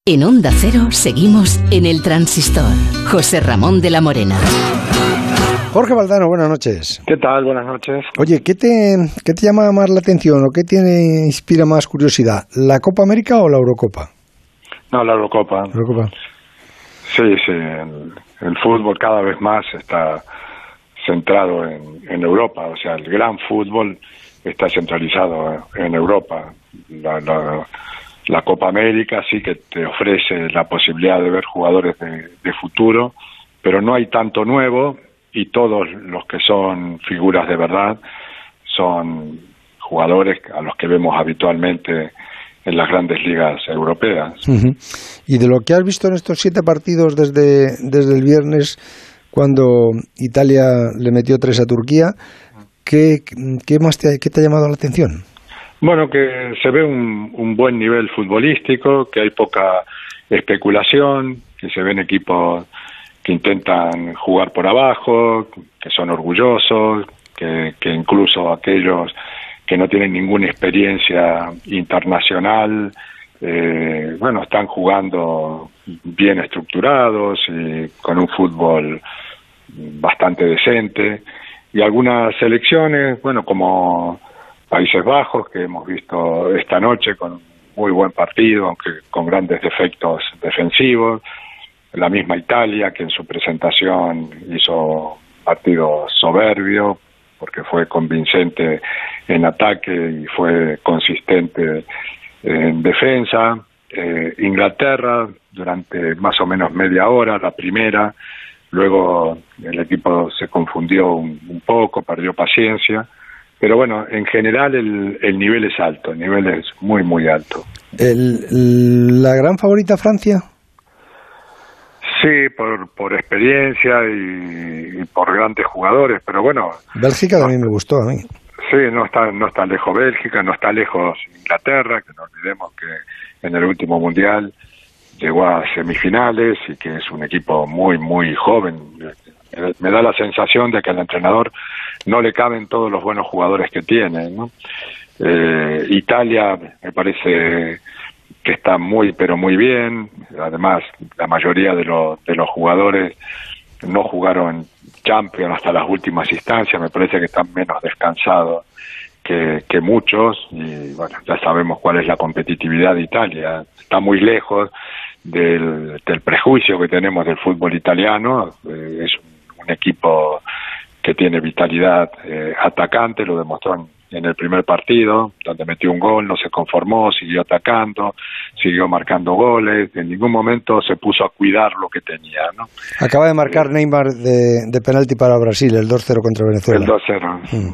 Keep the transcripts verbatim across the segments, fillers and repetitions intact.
En Onda Cero seguimos en el Transistor. José Ramón de la Morena. Jorge Valdano, buenas noches. ¿Qué tal? Buenas noches. Oye, ¿qué te, qué te llama más la atención o qué te inspira más curiosidad? ¿La Copa América o la Eurocopa? No, la Eurocopa. ¿La Eurocopa? Sí, sí. El, el fútbol cada vez más está centrado en, en Europa. O sea, el gran fútbol está centralizado en Europa. La, la, la Copa América sí que te ofrece la posibilidad de ver jugadores de, de futuro, pero no hay tanto nuevo. Y todos los que son figuras de verdad son jugadores a los que vemos habitualmente en las grandes ligas europeas. Uh-huh. Y de lo que has visto en estos siete partidos desde, desde el viernes, cuando Italia le metió tres a Turquía, ¿qué, qué más te, qué te ha llamado la atención? Bueno, que se ve un, un buen nivel futbolístico, que hay poca especulación, que se ven equipos que intentan jugar por abajo, que son orgullosos, que, que incluso aquellos que no tienen ninguna experiencia internacional, eh, bueno, están jugando bien estructurados y con un fútbol bastante decente. Y algunas selecciones, bueno, como Países Bajos, que hemos visto esta noche con un muy buen partido, aunque con grandes defectos defensivos. La misma Italia, que en su presentación hizo partido soberbio, porque fue convincente en ataque y fue consistente en defensa. Eh, Inglaterra, durante más o menos media hora, la primera, luego el equipo se confundió un, un poco, perdió paciencia, pero bueno, en general el, el nivel es alto, el nivel es muy, muy alto. El, ¿La gran favorita Francia? Sí, por, por experiencia y, y por grandes jugadores, pero bueno. Bélgica no, también me gustó a mí. Sí, no está, no está lejos Bélgica, no está lejos Inglaterra, que no olvidemos que en el último mundial llegó a semifinales y que es un equipo muy, muy joven. Me da la sensación de que al entrenador no le caben todos los buenos jugadores que tiene, ¿no? Eh, Italia me parece que está muy pero muy bien. Además, la mayoría de los de los jugadores no jugaron Champions hasta las últimas instancias, me parece que están menos descansados que, que muchos, y bueno, ya sabemos cuál es la competitividad de Italia, está muy lejos del, del prejuicio que tenemos del fútbol italiano. Eh, es un, un equipo que tiene vitalidad eh, atacante, lo demostró en en el primer partido, donde metió un gol, no se conformó, siguió atacando, siguió marcando goles, en ningún momento se puso a cuidar lo que tenía, ¿no? Acaba de marcar eh, Neymar de, de penalti para Brasil, el dos cero contra Venezuela. El dos cero. Mm.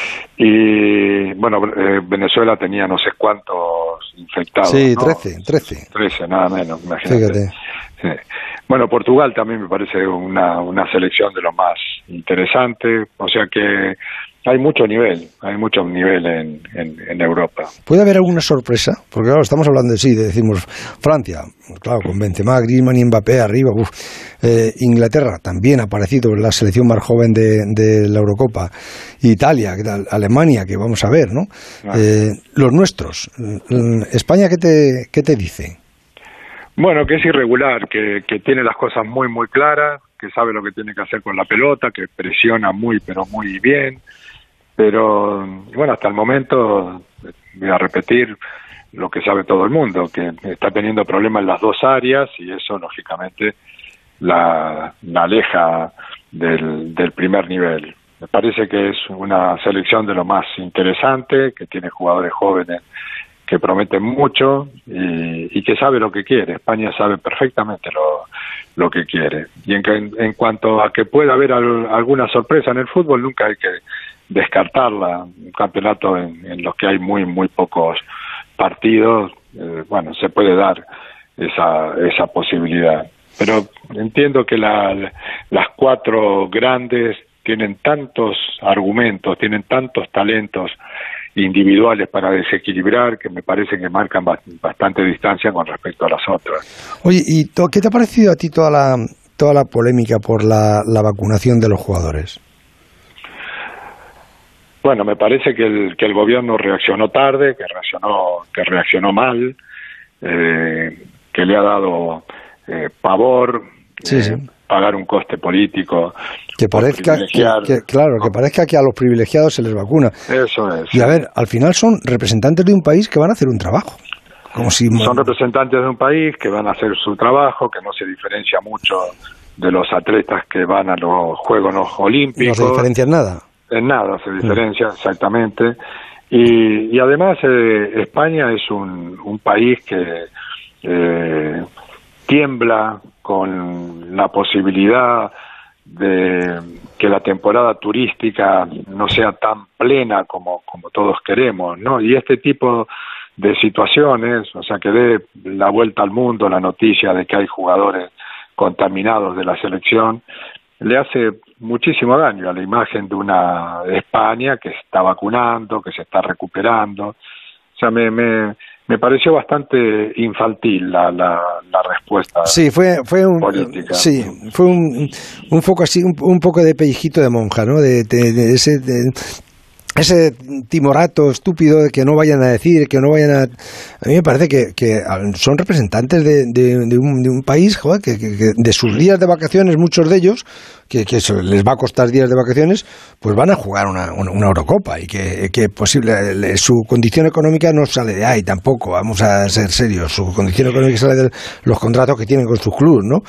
Y, bueno, eh, Venezuela tenía no sé cuántos infectados. Sí, ¿no? trece, trece. trece, nada menos, imagínate. Fíjate. Sí. Bueno, Portugal también me parece una, una selección de lo más interesante, o sea que hay mucho nivel, hay mucho nivel en, en, en Europa. ¿Puede haber alguna sorpresa? Porque claro, estamos hablando de sí, de, decimos Francia, claro, con Benzema, Griezmann y Mbappé arriba, uf. Eh, Inglaterra también ha aparecido la selección más joven de, de la Eurocopa, Italia, ¿qué tal? Alemania, que vamos a ver, ¿no? Ah. Eh, los nuestros, España, ¿qué te, qué te dice? Bueno, que es irregular, que, que tiene las cosas muy, muy claras, que sabe lo que tiene que hacer con la pelota, que presiona muy, pero muy bien. Pero, bueno, hasta el momento, voy a repetir lo que sabe todo el mundo, que está teniendo problemas en las dos áreas y eso, lógicamente, la, la aleja del, del primer nivel. Me parece que es una selección de lo más interesante, que tiene jugadores jóvenes que prometen mucho y, y que sabe lo que quiere. España sabe perfectamente lo, lo que quiere. Y en, en cuanto a que pueda haber al, alguna sorpresa en el fútbol, nunca hay que descartarla. Un campeonato en, en los que hay muy muy pocos partidos, eh, bueno, se puede dar esa esa posibilidad. Pero entiendo que la, las cuatro grandes tienen tantos argumentos, tienen tantos talentos individuales para desequilibrar, que me parece que marcan bastante distancia con respecto a las otras. Oye, ¿y qué te ha parecido a ti toda la toda la polémica por la, la vacunación de los jugadores? Bueno, me parece que el que el gobierno reaccionó tarde, que reaccionó que reaccionó mal. Eh, que le ha dado eh, pavor sí, eh, sí. pagar un coste político. Que parezca, que, que, claro, que parezca que a los privilegiados se les vacuna. Eso es. Y a ver, al final son representantes de un país que van a hacer un trabajo. Como si... Son representantes de un país que van a hacer su trabajo, que no se diferencia mucho de los atletas que van a los Juegos Olímpicos. No se diferencia en nada. En nada se diferencia, mm. exactamente. Y, y además eh, España es un, un país que eh, tiembla con la posibilidad de que la temporada turística no sea tan plena como, como todos queremos, ¿no? Y este tipo de situaciones, o sea, que dé la vuelta al mundo la noticia de que hay jugadores contaminados de la selección, le hace muchísimo daño a la imagen de una España que está vacunando, que se está recuperando. O sea, me, me, me pareció bastante infantil la, la, la respuesta. Sí, fue, fue un, política. Sí, fue un, un foco así, un, un poco de pellizquito de monja, ¿no? De, de, de ese... De, ese timorato estúpido de que no vayan a decir, que no vayan a... A mí me parece que, que son representantes de, de, de, un, de un país, joder, que, que, que de sus días de vacaciones, muchos de ellos, que, que eso les va a costar días de vacaciones, pues van a jugar una, una, una Eurocopa y que, que posible su condición económica no sale de ahí tampoco, vamos a ser serios, su condición económica sale de los contratos que tienen con sus clubes, ¿no?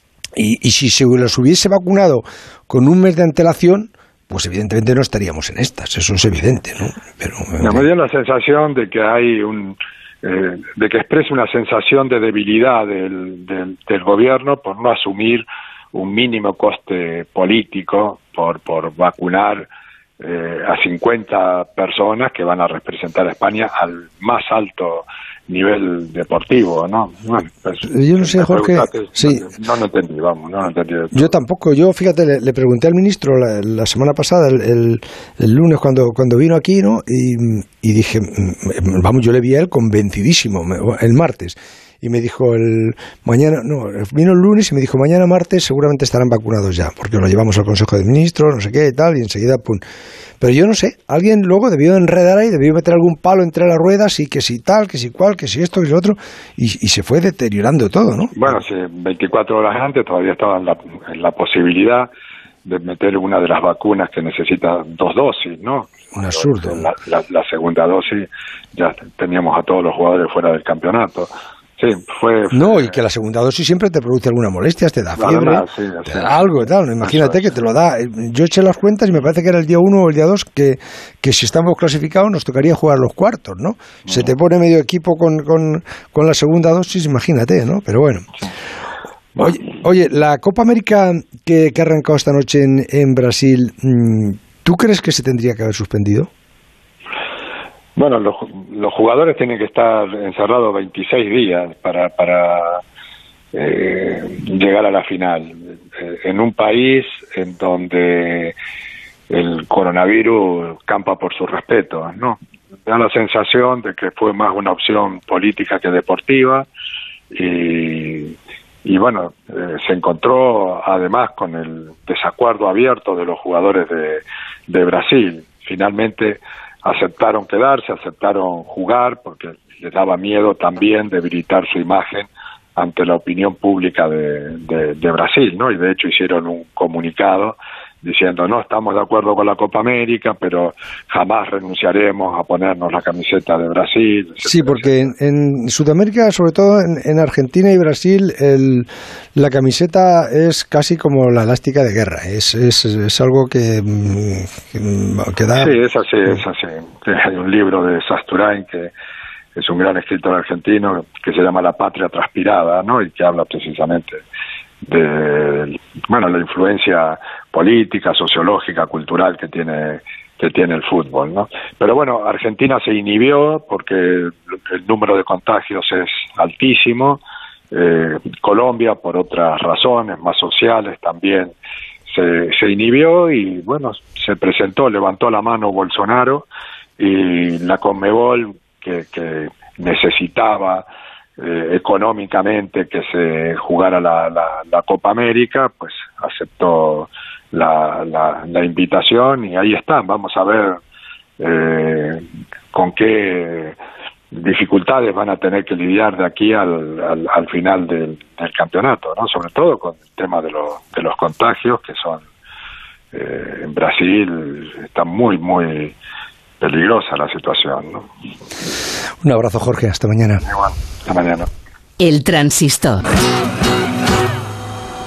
Y, y si se los hubiese vacunado con un mes de antelación, pues evidentemente no estaríamos en estas, eso es evidente, ¿no? Pero no, me dio la sensación de que hay un eh, de que expresa una sensación de debilidad del, del, del gobierno por no asumir un mínimo coste político por por vacunar eh, a cincuenta personas que van a representar a España al más alto nivel deportivo, ¿no? Bueno, pues, yo no sé, Jorge, sí. No lo entendí, vamos, no lo entendí. Yo tampoco, yo fíjate, le, le pregunté al ministro la, la semana pasada, el, el, el lunes cuando, cuando vino aquí, ¿no? Y, y dije, vamos, yo le vi a él convencidísimo, el martes. Y me dijo el mañana, no, vino el lunes y me dijo, mañana martes seguramente estarán vacunados ya, porque lo llevamos al Consejo de Ministros, no sé qué y tal, y enseguida, pum. Pero yo no sé, alguien luego debió enredar ahí, debió meter algún palo entre las ruedas y que si tal, que si cual, que si esto, que si lo otro, y, y se fue deteriorando todo, ¿no? Bueno, sí, veinticuatro horas antes todavía estaba en la, en la posibilidad de meter una de las vacunas que necesita dos dosis, ¿no? Un absurdo. La, la, la segunda dosis ya teníamos a todos los jugadores fuera del campeonato. Sí, fue, fue... No, y que la segunda dosis siempre te produce alguna molestia, te da fiebre, verdad, sí, te sí. da algo y tal. Imagínate que te lo da. Yo eché las cuentas y me parece que era el día uno o el día dos que, que si estamos clasificados nos tocaría jugar los cuartos, ¿no? Uh-huh. Se te pone medio equipo con, con, con la segunda dosis, imagínate, ¿no? Pero bueno. Oye, oye la Copa América que, que ha arrancado esta noche en, en Brasil, ¿tú crees que se tendría que haber suspendido? Bueno, los, los jugadores tienen que estar encerrados veintiséis días para para eh, llegar a la final. Eh, en un país en donde el coronavirus campa por sus respetos, ¿no? Da la sensación de que fue más una opción política que deportiva y, y bueno, eh, se encontró además con el desacuerdo abierto de los jugadores de, de Brasil. Finalmente aceptaron quedarse, aceptaron jugar, porque les daba miedo también debilitar su imagen ante la opinión pública de, de, de Brasil, ¿no? Y de hecho hicieron un comunicado diciendo, no estamos de acuerdo con la Copa América, pero jamás renunciaremos a ponernos la camiseta de Brasil. Etcétera, sí, porque en, en Sudamérica, sobre todo en, en Argentina y Brasil, el, la camiseta es casi como la elástica de guerra, es, es, es algo que, que, que da... Sí, es así, es así. Hay un libro de Sasturain que es un gran escritor argentino que se llama La Patria Transpirada, ¿no? Y que habla precisamente de, bueno, la influencia política, sociológica, cultural que tiene que tiene el fútbol, ¿no? Pero bueno, Argentina se inhibió porque el número de contagios es altísimo. Eh, Colombia, por otras razones más sociales, también se, se inhibió y bueno, se presentó, levantó la mano Bolsonaro y la Conmebol que, que necesitaba eh, económicamente que se jugara la, la, la Copa América, pues aceptó la, la, la invitación y ahí están. Vamos a ver eh, con qué dificultades van a tener que lidiar de aquí al, al, al final del, del campeonato, ¿no? Sobre todo con el tema de, lo, de los contagios, que son eh, en Brasil está muy, muy peligrosa la situación, ¿no? Un abrazo, Jorge, hasta mañana. Igual, hasta mañana. El Transistor.